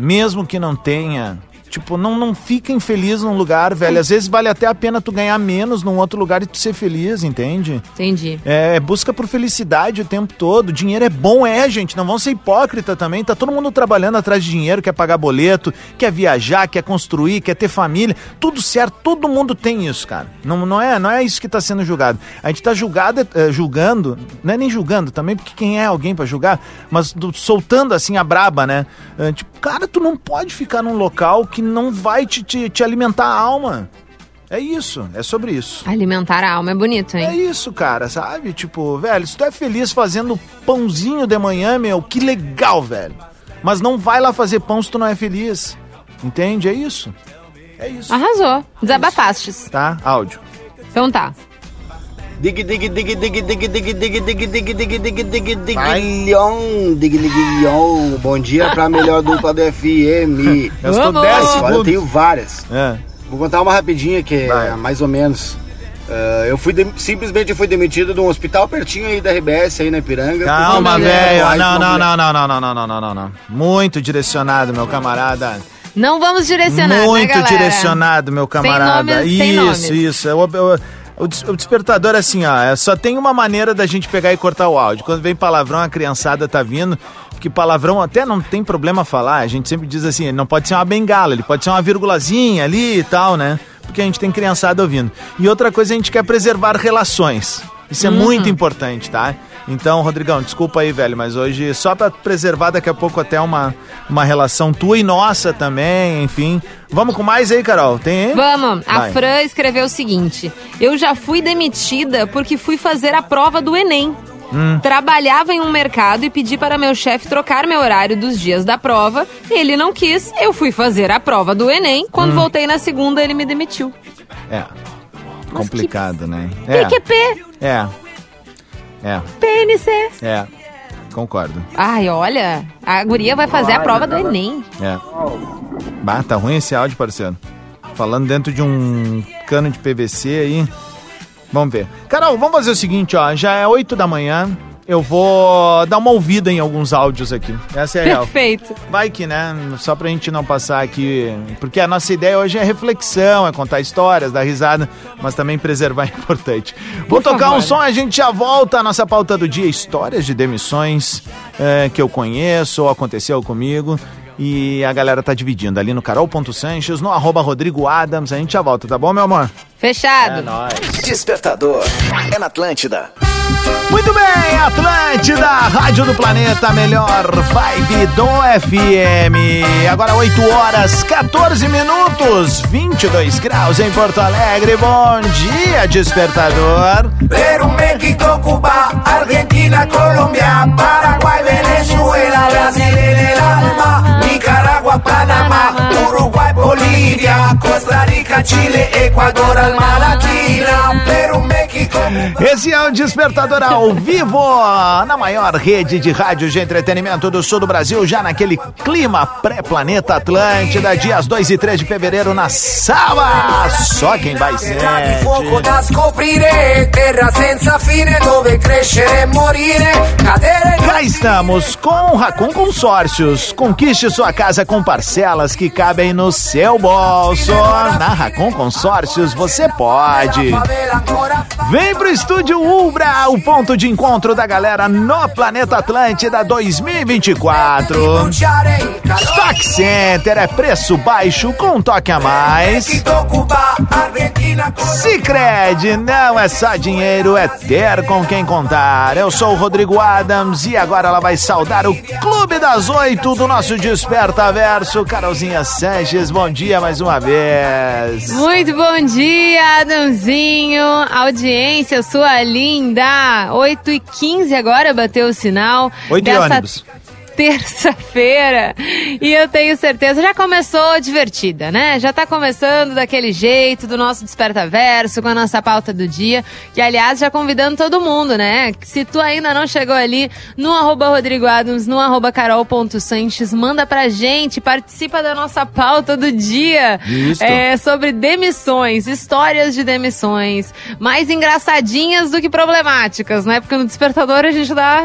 tipo, não fica infeliz num lugar, velho. Às vezes vale até a pena tu ganhar menos num outro lugar e tu ser feliz, entende? Entendi. Busca por felicidade o tempo todo. Dinheiro é bom, gente. Não vão ser hipócrita também. Tá todo mundo trabalhando atrás de dinheiro, quer pagar boleto, quer viajar, quer construir, quer ter família. Tudo certo, todo mundo tem isso, cara. Não é isso que tá sendo julgado. A gente tá julgando, não é nem julgando também, porque quem é alguém pra julgar, mas soltando assim a braba, né? Tipo, cara, tu não pode ficar num local que não vai te alimentar a alma. É isso, é sobre isso. Alimentar a alma é bonito, hein? É isso, cara, sabe? Tipo, velho, se tu é feliz fazendo pãozinho de manhã, meu, que legal, velho. Mas não vai lá fazer pão se tu não é feliz. Entende? É isso. É isso. Arrasou. Desabafastes. Tá? Áudio. Então tá. Dig Leon. Bom dia pra melhor dupla do FM. Eu estou 10 segundos. Eu tenho várias. Vou contar uma rapidinha que é mais ou menos. Eu simplesmente fui demitido de um hospital pertinho aí da RBS, aí na Ipiranga. Calma, velho. Não. Muito direcionado, meu camarada. Não vamos direcionar, muito, né, galera? Direcionado, meu camarada. Sem nomes. Isso. O despertador é assim, ó, só tem uma maneira da gente pegar e cortar o áudio. Quando vem palavrão, a criançada tá vindo, porque palavrão até não tem problema falar, a gente sempre diz assim, ele não pode ser uma bengala, ele pode ser uma virgulazinha ali e tal, né? Porque a gente tem criançada ouvindo. E outra coisa, a gente quer preservar relações. Isso é muito importante, tá? Então, Rodrigão, desculpa aí, velho, mas hoje só pra preservar daqui a pouco até uma relação tua e nossa também, enfim. Vamos com mais aí, Carol? Tem aí? Vamos. A Fran escreveu o seguinte: eu já fui demitida porque fui fazer a prova do Enem. Trabalhava em um mercado e pedi para meu chefe trocar meu horário dos dias da prova. Ele não quis, eu fui fazer a prova do Enem. Quando voltei na segunda, ele me demitiu. Complicado, né? PQP. PNC. Concordo. Ai, olha, a guria vai fazer a prova do Enem. Tá ruim esse áudio, parceiro. Falando dentro de um cano de PVC aí. Vamos ver. Carol, vamos fazer o seguinte, ó. Já é 8 da manhã. Eu vou dar uma ouvida em alguns áudios aqui. Essa é a real. Perfeito. Vai que, né? Só pra gente não passar aqui... Porque a nossa ideia hoje é reflexão, é contar histórias, dar risada, mas também preservar é importante. Vou tocar um som e a gente já volta à nossa pauta do dia. Histórias de demissões que eu conheço ou aconteceu comigo. E a galera tá dividindo ali no Carol.Sanches, no @RodrigoAdams. A gente já volta, tá bom, meu amor? Fechado. É nóis. Despertador. É na Atlântida. Muito bem, Atlântida, Rádio do Planeta, melhor vibe do FM. Agora 8 horas, 14 minutos, 22 graus em Porto Alegre. Bom dia, Despertador. Peru, México, Cuba, Argentina, Colômbia, Paraguai, Venezuela, Brasil en el alma, Nicaragua, Panamá, Uruguai, Bolívia, Costa Rica, Chile, Equador, Alma Latina, Peru, México. Esse é o Despertador ao vivo, na maior rede de rádio de entretenimento do sul do Brasil, já naquele clima pré-Planeta Atlântida, dias 2 e 3 de fevereiro na sala. Só quem vai ser. Cá estamos com Racon Consórcios. Conquiste sua casa com parcelas que cabem no seu bolso. Na Racon Consórcios você pode. Vem pro Estúdio Ubra, o ponto de encontro da galera no Planeta Atlântida 2024. Stock Center é preço baixo com um toque a mais. Sicredi não é só dinheiro, é ter com quem contar. Eu sou o Rodrigo Adams e agora ela vai saudar o Clube das 8 do nosso Desperta Verso. Carolzinha Sanches, bom dia mais uma vez. Muito bom dia, Adamzinho. Audiência sua linda. 8h15 agora bateu o sinal. 8 ônibus. Terça-feira, e eu tenho certeza, já começou divertida, né? Já tá começando daquele jeito, do nosso Desperta Verso, com a nossa pauta do dia, que aliás, já convidando todo mundo, né? Se tu ainda não chegou ali, no @RodrigoAdams, no @Carol.Sanches, manda pra gente, participa da nossa pauta do dia. Isso. Sobre demissões, histórias de demissões, mais engraçadinhas do que problemáticas, né? Porque no Despertador a gente dá...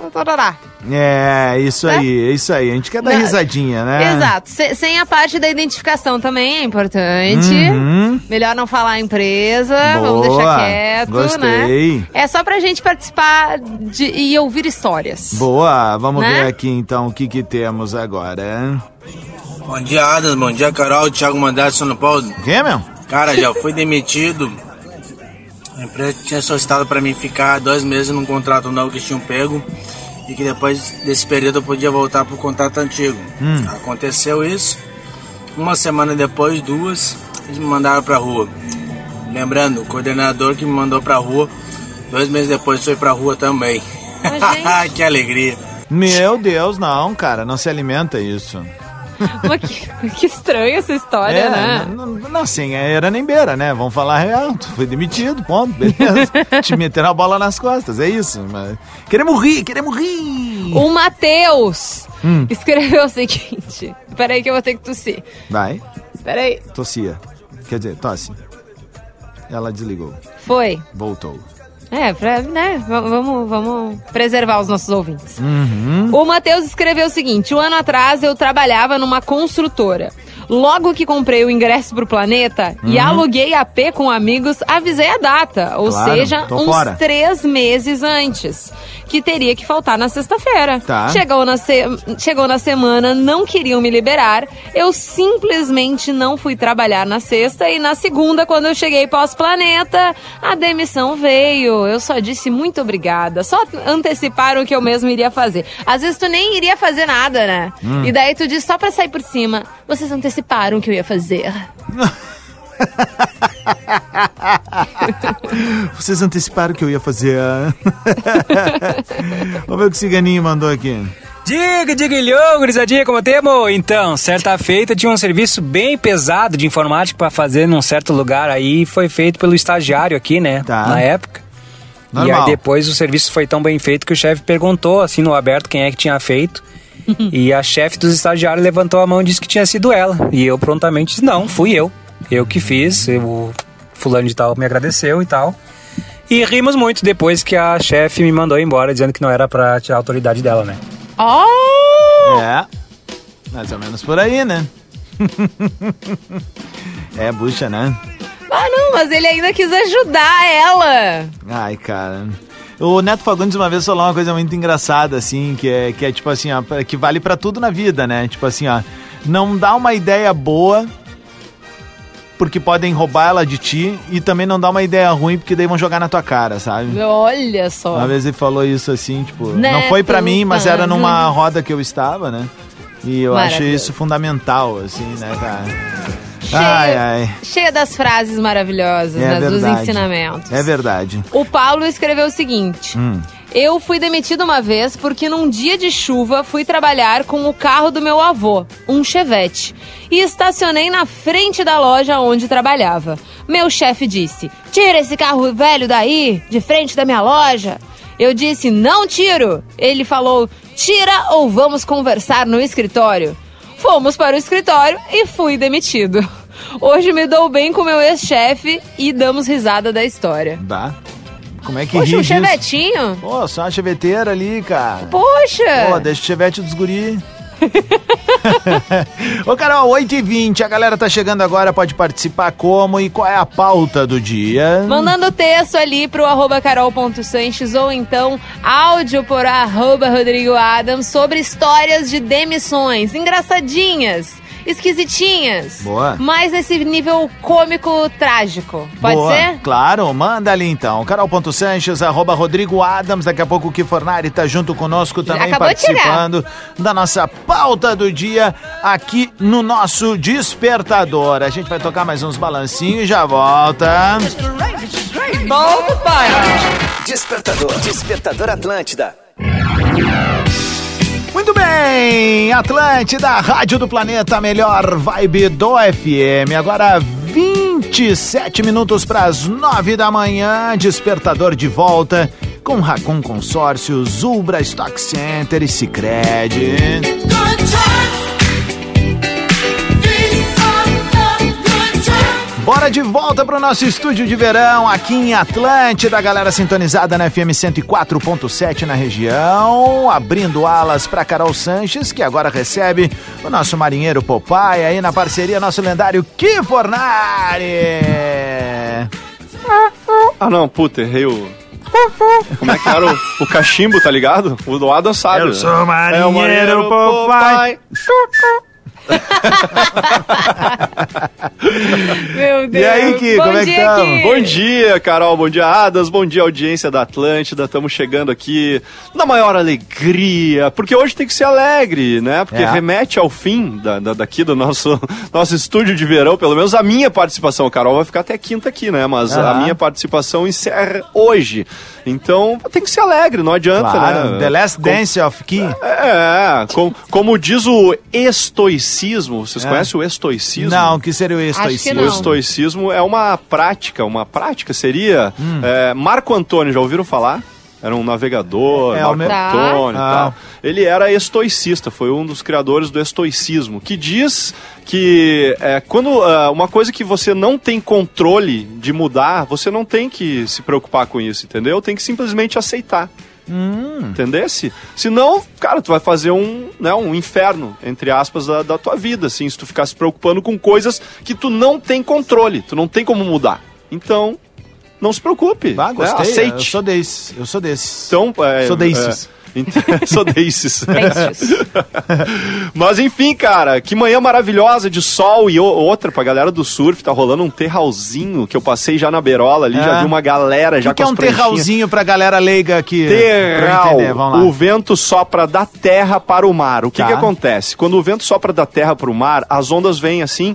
É, isso aí, é isso aí. A gente quer dar risadinha, né? Exato. Sem a parte da identificação também é importante. Melhor não falar a empresa, vamos deixar quieto, gostei. Né? É só pra gente participar e ouvir histórias. Boa, vamos né? ver aqui então o que temos agora. Bom dia, Adams, bom dia, Carol, Thiago Mandato, São Paulo. O que, meu? Cara, já fui demitido. A empresa tinha solicitado pra mim ficar 2 meses num contrato novo que tinham pego e que depois desse período eu podia voltar pro contrato antigo. Aconteceu isso. 1 semana depois, 2, eles me mandaram pra rua. Lembrando, o coordenador que me mandou pra rua, 2 meses depois foi pra rua também. Que alegria. Meu Deus, não, cara, não se alimenta isso. Que estranha essa história, né? Não, assim, era nem beira, né? Vamos falar real. Tu foi demitido, ponto, beleza. Te meteram a bola nas costas, é isso. Mas... Queremos rir. O Matheus escreveu o seguinte. Peraí que eu vou ter que tossir. Vai. Peraí. Tossia. Quer dizer, tosse. Ela desligou. Foi. Voltou. Né? Vamos preservar os nossos ouvintes. O Matheus escreveu o seguinte: 1 ano atrás eu trabalhava numa construtora. Logo que comprei o ingresso pro Planeta e aluguei AP com amigos, avisei a data, ou seja, uns 3 meses antes, que teria que faltar na sexta-feira. Tá. Chegou na semana, não queriam me liberar, eu simplesmente não fui trabalhar na sexta e na segunda, quando eu cheguei pós-Planeta, a demissão veio. Eu só disse muito obrigada, só anteciparam o que eu mesmo iria fazer. Às vezes tu nem iria fazer nada, né? E daí tu diz só pra sair por cima, vocês anteciparam o que eu ia fazer. Vocês anteciparam o que eu ia fazer. Vamos ver o que o Ciganinho mandou aqui. Diga, gurizadinha, como temos? Então, certa feita tinha um serviço bem pesado de informática pra fazer num certo lugar aí, foi feito pelo estagiário aqui, né, na época. Normal. E aí depois o serviço foi tão bem feito que o chefe perguntou, assim, no aberto, quem é que tinha feito. E a chefe dos estagiários levantou a mão e disse que tinha sido ela. E eu prontamente disse, não, fui eu. Eu que fiz, o fulano de tal me agradeceu e tal. E rimos muito depois que a chefe me mandou embora, dizendo que não era pra tirar a autoridade dela, né. Oh! É, mais ou menos por aí, né? É, bucha, né? Ah, não, mas ele ainda quis ajudar ela. Ai, cara. O Neto Fagundes uma vez falou uma coisa muito engraçada, assim, que é tipo assim, ó, que vale pra tudo na vida, né? Tipo assim, ó, não dá uma ideia boa porque podem roubar ela de ti, e também não dá uma ideia ruim porque daí vão jogar na tua cara, sabe? Olha só. Uma vez ele falou isso assim, tipo, não foi pra mim, mas era numa roda que eu estava, né? E eu acho isso fundamental, assim, né, cara? Cheia das frases maravilhosas, né, dos ensinamentos. É verdade. O Paulo escreveu o seguinte: eu fui demitido uma vez porque num dia de chuva fui trabalhar com o carro do meu avô, um Chevette, e estacionei na frente da loja onde trabalhava. Meu chefe disse, tira esse carro velho daí, de frente da minha loja. Eu disse, não tiro. Ele falou, tira ou vamos conversar no escritório. Fomos para o escritório e fui demitido. Hoje me dou bem com meu ex-chefe e damos risada da história. Bah. Como é que Poxa, um chevetinho? Pô, só uma cheveteira ali, cara. Poxa! Pô, deixa o chevette dos guri. Ô, Carol, 8h20, a galera tá chegando agora, pode participar como e qual é a pauta do dia? Mandando texto ali pro @carol.sanches ou então áudio por @rodrigoadams sobre histórias de demissões engraçadinhas, esquisitinhas. Boa. Mas nesse nível cômico trágico. Pode Boa. ser? Claro, manda ali então. Carol.sanches, @rodrigoadams. Daqui a pouco o Kifornari tá junto conosco também, participando da nossa pauta do dia aqui no nosso Despertador. A gente vai tocar mais uns balancinhos e já volta. Bom, pai. Despertador Atlântida. Muito bem, Atlântida, Rádio do Planeta, melhor vibe do FM. Agora 27 minutos para as 9 da manhã, Despertador de volta com Racon Consórcios, Zulbra Stock Center e Sicredi. Bora de volta pro nosso estúdio de verão aqui em Atlântida, galera sintonizada na FM 104.7 na região, abrindo alas pra Carol Sanches, que agora recebe o nosso marinheiro Popeye aí na parceria, nosso lendário Kifornari. Ah não, puta, errei o... Como é que era o cachimbo, tá ligado? O do Adam sabe. Eu sou o marinheiro Popeye. Meu Deus. E aí, Kiko, como é que estamos? Ki. Bom dia, Carol, bom dia, Adas, bom dia, audiência da Atlântida. Estamos chegando aqui na maior alegria, porque hoje tem que ser alegre, né? Porque remete ao fim daqui do nosso estúdio de verão, pelo menos a minha participação. Carol vai ficar até quinta aqui, né? Mas a minha participação encerra hoje. Então, tem que ser alegre, não adianta, claro, né? The Last Dance of Ki. Como diz o estoicismo, vocês conhecem o estoicismo? Não, o que seria o estoicismo? O estoicismo é uma prática seria... Marco Antônio, já ouviram falar? Era um navegador, Marco Antônio e tal. Ele era estoicista, foi um dos criadores do estoicismo, que diz que quando uma coisa que você não tem controle de mudar, você não tem que se preocupar com isso, entendeu? Tem que simplesmente aceitar. Entendesse? Senão, cara, tu vai fazer um inferno, entre aspas, da tua vida, assim, se tu ficar se preocupando com coisas que tu não tem controle, tu não tem como mudar. Então, não se preocupe. Gostei, aceite. Eu sou desses. Então, sou desses. Sou desses. Mas enfim, cara, que manhã maravilhosa de sol e outra pra galera do surf. Tá rolando um terralzinho que eu passei já na beirola ali, já vi uma galera já com as pranchinhas. O que é um terralzinho pra galera leiga aqui? Terral, o vento sopra da terra para o mar. O que acontece? Quando o vento sopra da terra para o mar, as ondas vêm assim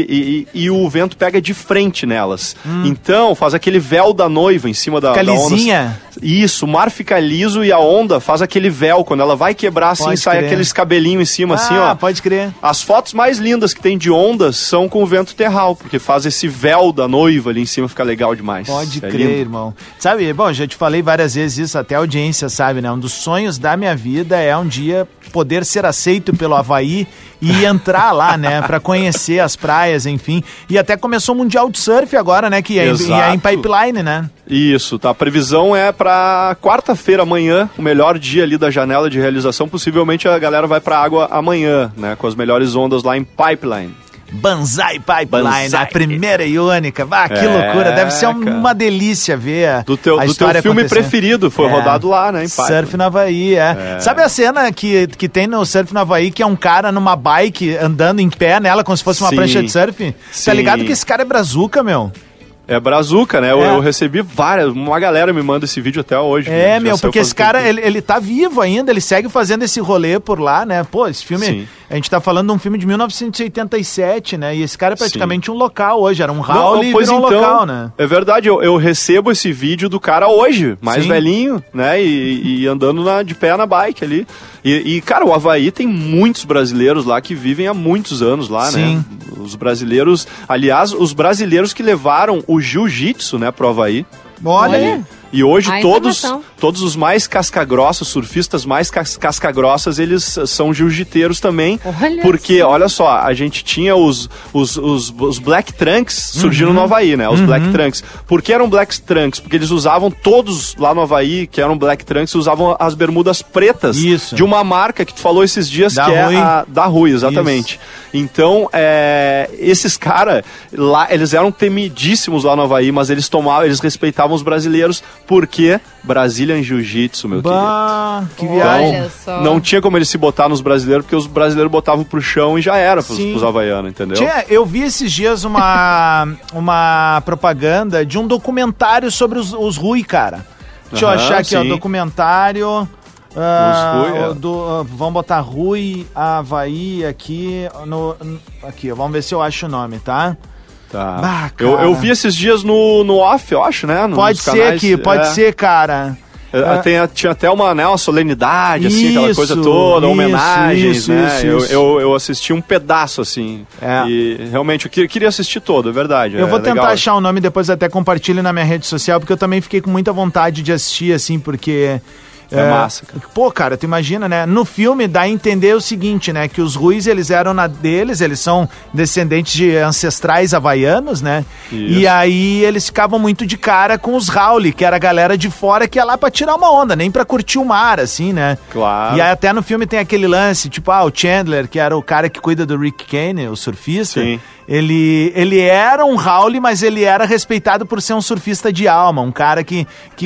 e o vento pega de frente nelas. Então, faz aquele véu da noiva em cima da lisinha. Onda. Isso, o mar fica liso e a onda faz aquele véu. Quando ela vai quebrar assim, sai aqueles cabelinhos em cima assim, ó. Pode crer. As fotos mais lindas que tem de ondas são com o vento terral, porque faz esse véu da noiva ali em cima, fica legal demais. Pode crer, irmão. Sabe, bom, já te falei várias vezes isso, até a audiência sabe, né? Um dos sonhos da minha vida é um dia poder ser aceito pelo Havaí e entrar lá, né? Pra conhecer as praias, enfim. E até começou o Mundial de Surf agora, né? Que é em Pipeline, né? Isso, tá. A previsão é pra quarta-feira, amanhã, o melhor dia ali da janela de realização. Possivelmente a galera vai pra água amanhã, né? Com as melhores ondas lá em Pipeline. Banzai Pipeline, a primeira e única. Que loucura, deve ser uma delícia ver do teu filme preferido, foi rodado lá, né, em Pipeline. Surf no Havaí, Sabe a cena que tem no Surf no Havaí, que é um cara numa bike andando em pé nela, como se fosse uma prancha de surf? Sim. Tá ligado que esse cara é brazuca, meu? É brazuca, né? Eu recebi uma galera me manda esse vídeo até hoje. Porque esse cara, ele tá vivo ainda, ele segue fazendo esse rolê por lá, né? Pô, esse filme, a gente tá falando de um filme de 1987, né? E esse cara é praticamente um local hoje, era um hall e virou um local, né? É verdade, eu recebo esse vídeo do cara hoje, mais velhinho, né? E andando de pé na bike ali. E, cara, o Havaí tem muitos brasileiros lá que vivem há muitos anos lá, né? Os brasileiros, aliás, os brasileiros que levaram o jiu-jitsu, né, pro Havaí. Olha! E hoje todos os mais casca-grossas, surfistas mais casca-grossas, eles são jiu-jiteiros também. Porque, olha só, a gente tinha os Black Trunks surgindo no Havaí, né? Os Black Trunks. Por que eram Black Trunks? Porque eles usavam, todos lá no Havaí, que eram Black Trunks, usavam as bermudas pretas de uma marca que tu falou esses dias, que é a da Rui, exatamente. Isso. Então, esses caras, lá, eles eram temidíssimos lá no Havaí, mas eles respeitavam os brasileiros, porque Brazilian Jiu-Jitsu, meu querido. Que viagem. Então, não tinha como eles se botar nos brasileiros, porque os brasileiros botavam pro chão e já era pros havaianos, entendeu? Eu vi esses dias uma propaganda de um documentário sobre os Rui, cara. Deixa eu achar aqui, ó, documentário... vamos botar Rui Havaí aqui aqui, vamos ver se eu acho o nome, tá? Eu vi esses dias no off, eu acho, né? Pode ser aqui, pode ser, cara. Tinha até uma solenidade, assim, aquela coisa toda, homenagens, né? Eu assisti um pedaço, assim. E realmente, eu queria assistir todo, é verdade. Eu vou tentar achar o nome, depois até compartilho na minha rede social, porque eu também fiquei com muita vontade de assistir, assim, porque... É massa, cara. Pô, cara, tu imagina, né? No filme dá a entender o seguinte, né? Que os Ruis, eles eram eles são descendentes de ancestrais havaianos, né? Isso. E aí eles ficavam muito de cara com os Rowley, que era a galera de fora que ia lá pra tirar uma onda, nem pra curtir o mar, assim, né? Claro. E aí até no filme tem aquele lance, tipo, o Chandler, que era o cara que cuida do Rick Kane, o surfista. Sim. Ele era um Rowley, mas ele era respeitado por ser um surfista de alma, um cara que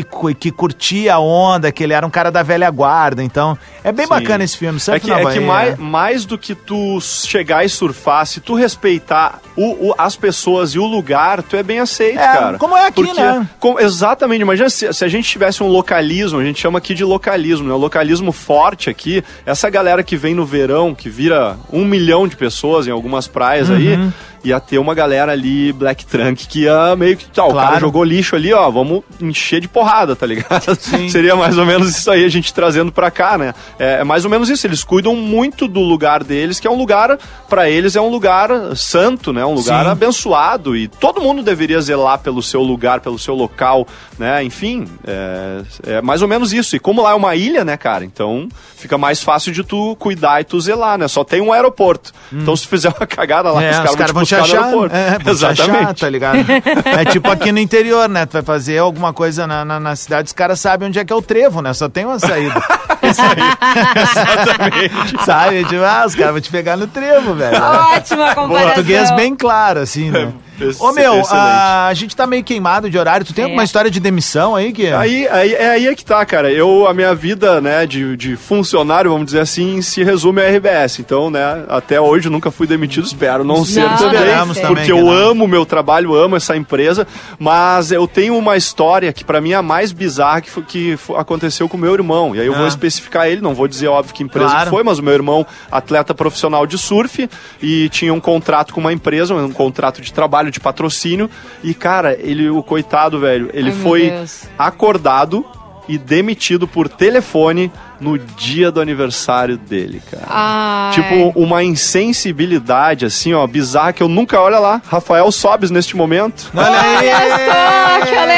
curtia a onda, que ele era um cara da velha guarda. Então, é bem bacana esse filme. É que mais do que tu chegar e surfar, se tu respeitar as pessoas e o lugar, tu é bem aceito, cara. Como é aqui, né? Exatamente. Imagina se a gente tivesse um localismo, a gente chama aqui de localismo, né? O localismo forte aqui, essa galera que vem no verão, que vira 1 milhão de pessoas em algumas praias aí, ia ter uma galera ali, Black Trunk, que ia meio que... O cara jogou lixo ali, ó, vamos encher de porrada, tá ligado? Seria mais ou menos isso aí, a gente trazendo pra cá, né? É mais ou menos isso, eles cuidam muito do lugar deles, que é um lugar, pra eles, é um lugar santo, né? Um lugar abençoado, e todo mundo deveria zelar pelo seu lugar, pelo seu local, né? Enfim, é mais ou menos isso. E como lá é uma ilha, né, cara? Então, fica mais fácil de tu cuidar e tu zelar, né? Só tem um aeroporto. Então, se tu fizer uma cagada lá, os caras vão te achar, exatamente. Tá ligado? É tipo aqui no interior, né? Tu vai fazer alguma coisa na cidade, os caras sabem onde é que é o trevo, né? Só tem uma saída. Isso aí. Exatamente. Sabe? Tipo, os caras vão te pegar no trevo, velho. Ótima comparação. Português bem claro, assim, né? Ô, meu, a gente tá meio queimado de horário. Tu tem alguma história de demissão aí? Aí é que tá, cara. A minha vida, né, de funcionário, vamos dizer assim, se resume a RBS. Então, né, até hoje nunca fui demitido, espero não ser também. Porque eu amo o meu trabalho, amo essa empresa, mas eu tenho uma história que pra mim é a mais bizarra que aconteceu com o meu irmão. E aí eu vou especificar ele, não vou dizer, óbvio, que empresa que foi, mas o meu irmão, atleta profissional de surf, e tinha um contrato com uma empresa, um contrato de trabalho, de patrocínio, e cara, o coitado, velho, ele foi acordado e demitido por telefone no dia do aniversário dele, cara. Tipo, uma insensibilidade, assim, ó, bizarra, que eu nunca... Olha lá, Rafael Sobes neste momento. Olha só, que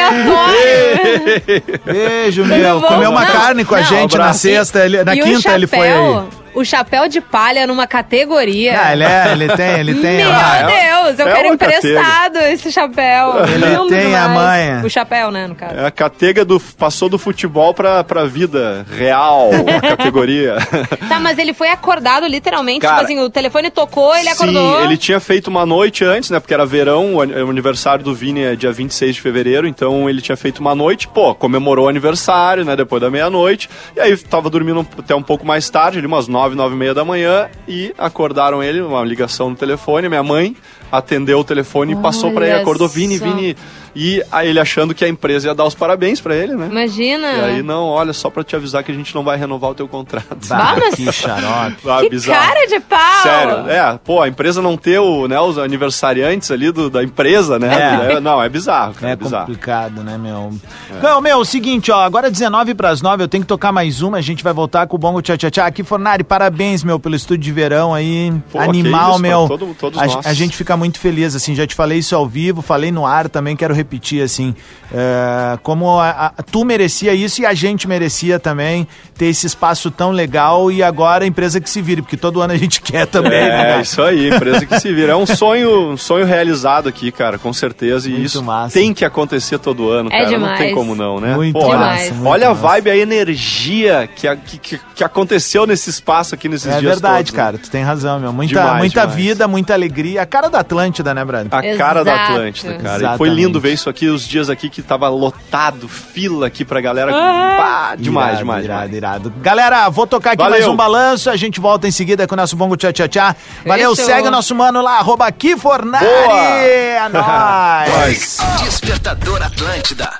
aleatório. Beijo, meu. Comeu uma carne com a gente na sexta, na quinta ele foi aí. O chapéu de palha numa categoria. Ele tem. Meu Deus, eu quero emprestado esse chapéu. Ele tem a manha. O chapéu, né, no caso. É a catega passou do futebol pra vida real, a categoria. Tá, mas ele foi acordado literalmente, cara, tipo assim, o telefone tocou, ele acordou. Sim, ele tinha feito uma noite antes, né, porque era verão, o aniversário do Vini é dia 26 de fevereiro, então ele tinha feito uma noite, comemorou o aniversário, né, depois da meia-noite, e aí tava dormindo até um pouco mais tarde, ali umas 9h30 da manhã, e acordaram ele, uma ligação no telefone, minha mãe atendeu o telefone e passou pra ele, acordou, Vini, e aí ele achando que a empresa ia dar os parabéns pra ele, né? Imagina. E aí, não, olha, só pra te avisar que a gente não vai renovar o teu contrato. Que xarope. Que bizarro. Cara de pau. Sério, a empresa não ter os aniversariantes ali da empresa, né? Não, é bizarro, cara, é bizarro. Complicado, né, meu? Meu, o seguinte, ó, agora 9:50, eu tenho que tocar mais uma, a gente vai voltar com o Bongo Tchá Tchá Tchá. Aqui, Fornari, parabéns, meu, pelo estúdio de verão aí. Animal, isso, meu. Todos nós. A gente fica muito feliz, assim, já te falei isso ao vivo, falei no ar também, quero repetir, assim, como tu merecia isso e a gente merecia também ter esse espaço tão legal, e agora a empresa que se vire, porque todo ano a gente quer também, né? É, isso aí, empresa que se vira. É um sonho realizado aqui, cara, com certeza, e muito isso massa. Tem que acontecer todo ano, cara, demais. Não tem como não, né? Muito massa. Olha a vibe, a energia que aconteceu nesse espaço aqui nesses dias todos. É verdade, cara, tu tem razão, meu. Muita vida, muita alegria. A cara da Atlântida, né, Brando? A cara da Atlântida, cara. Exatamente. E foi lindo ver isso aqui, os dias aqui que tava lotado, fila aqui pra galera. Demais. Irado. Galera, vou tocar aqui mais um balanço, a gente volta em seguida com o nosso Bongo Tchá Tchá Tchá. Valeu, segue o nosso mano lá, @KiFornari. É nóis. Despertador Atlântida.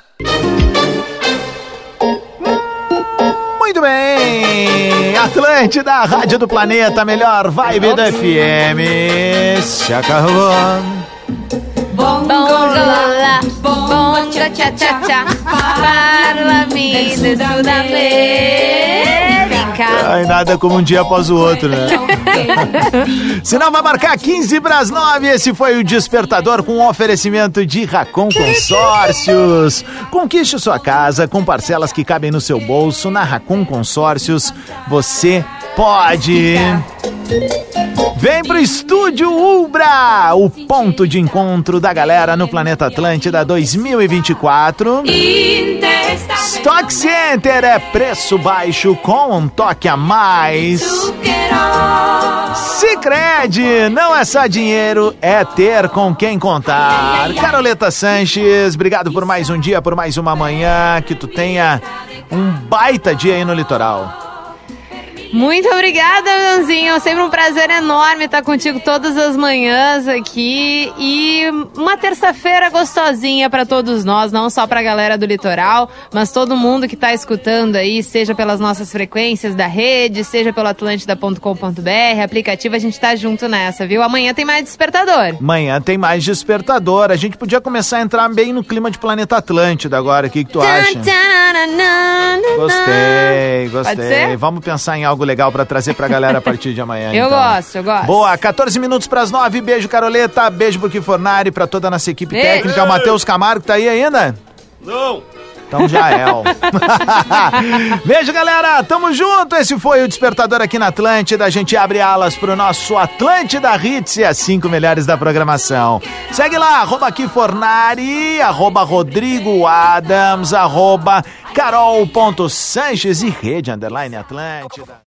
Muito bem, Atlântida, Rádio do Planeta, melhor vibe da FM. Se acabou. Bom, tchá, tchá, tchá, tchá, Parlamento de Sudamérica. Ai, nada como um dia após o outro, né? Senão vai marcar 9:15. Esse foi o Despertador com um oferecimento de Racon Consórcios. Conquiste sua casa com parcelas que cabem no seu bolso. Na Racon Consórcios, você pode. Vem pro Estúdio Ubra, o ponto de encontro da galera no Planeta Atlântida 2024. Stock Center é preço baixo com um toque a mais. Sicredi, não é só dinheiro, é ter com quem contar. Caroleta Sanches, obrigado por mais um dia, por mais uma manhã, que tu tenha um baita dia aí no litoral. Muito obrigada, Danzinho. Sempre um prazer enorme estar contigo todas as manhãs aqui. E uma terça-feira gostosinha para todos nós, não só para a galera do litoral, mas todo mundo que está escutando aí, seja pelas nossas frequências da rede, seja pelo atlântida.com.br, aplicativo, a gente tá junto nessa, viu? Amanhã tem mais Despertador. Amanhã tem mais Despertador. A gente podia começar a entrar bem no clima de Planeta Atlântida agora. O que tu acha? Gostei. Pode ser? Vamos pensar em algo legal pra trazer pra galera a partir de amanhã. Eu gosto. Boa, 14:50. Beijo, Caroleta. Beijo pro KiFornari, pra toda a nossa equipe técnica. O Matheus Camargo tá aí ainda? Não. Então já é. Beijo, galera. Tamo junto. Esse foi o Despertador aqui na Atlântida. A gente abre alas pro nosso Atlântida Hits e as 5 melhores da programação. Segue lá, @KiFornari, @RodrigoAdams, @Carol.Sanches e Rede _Atlântida.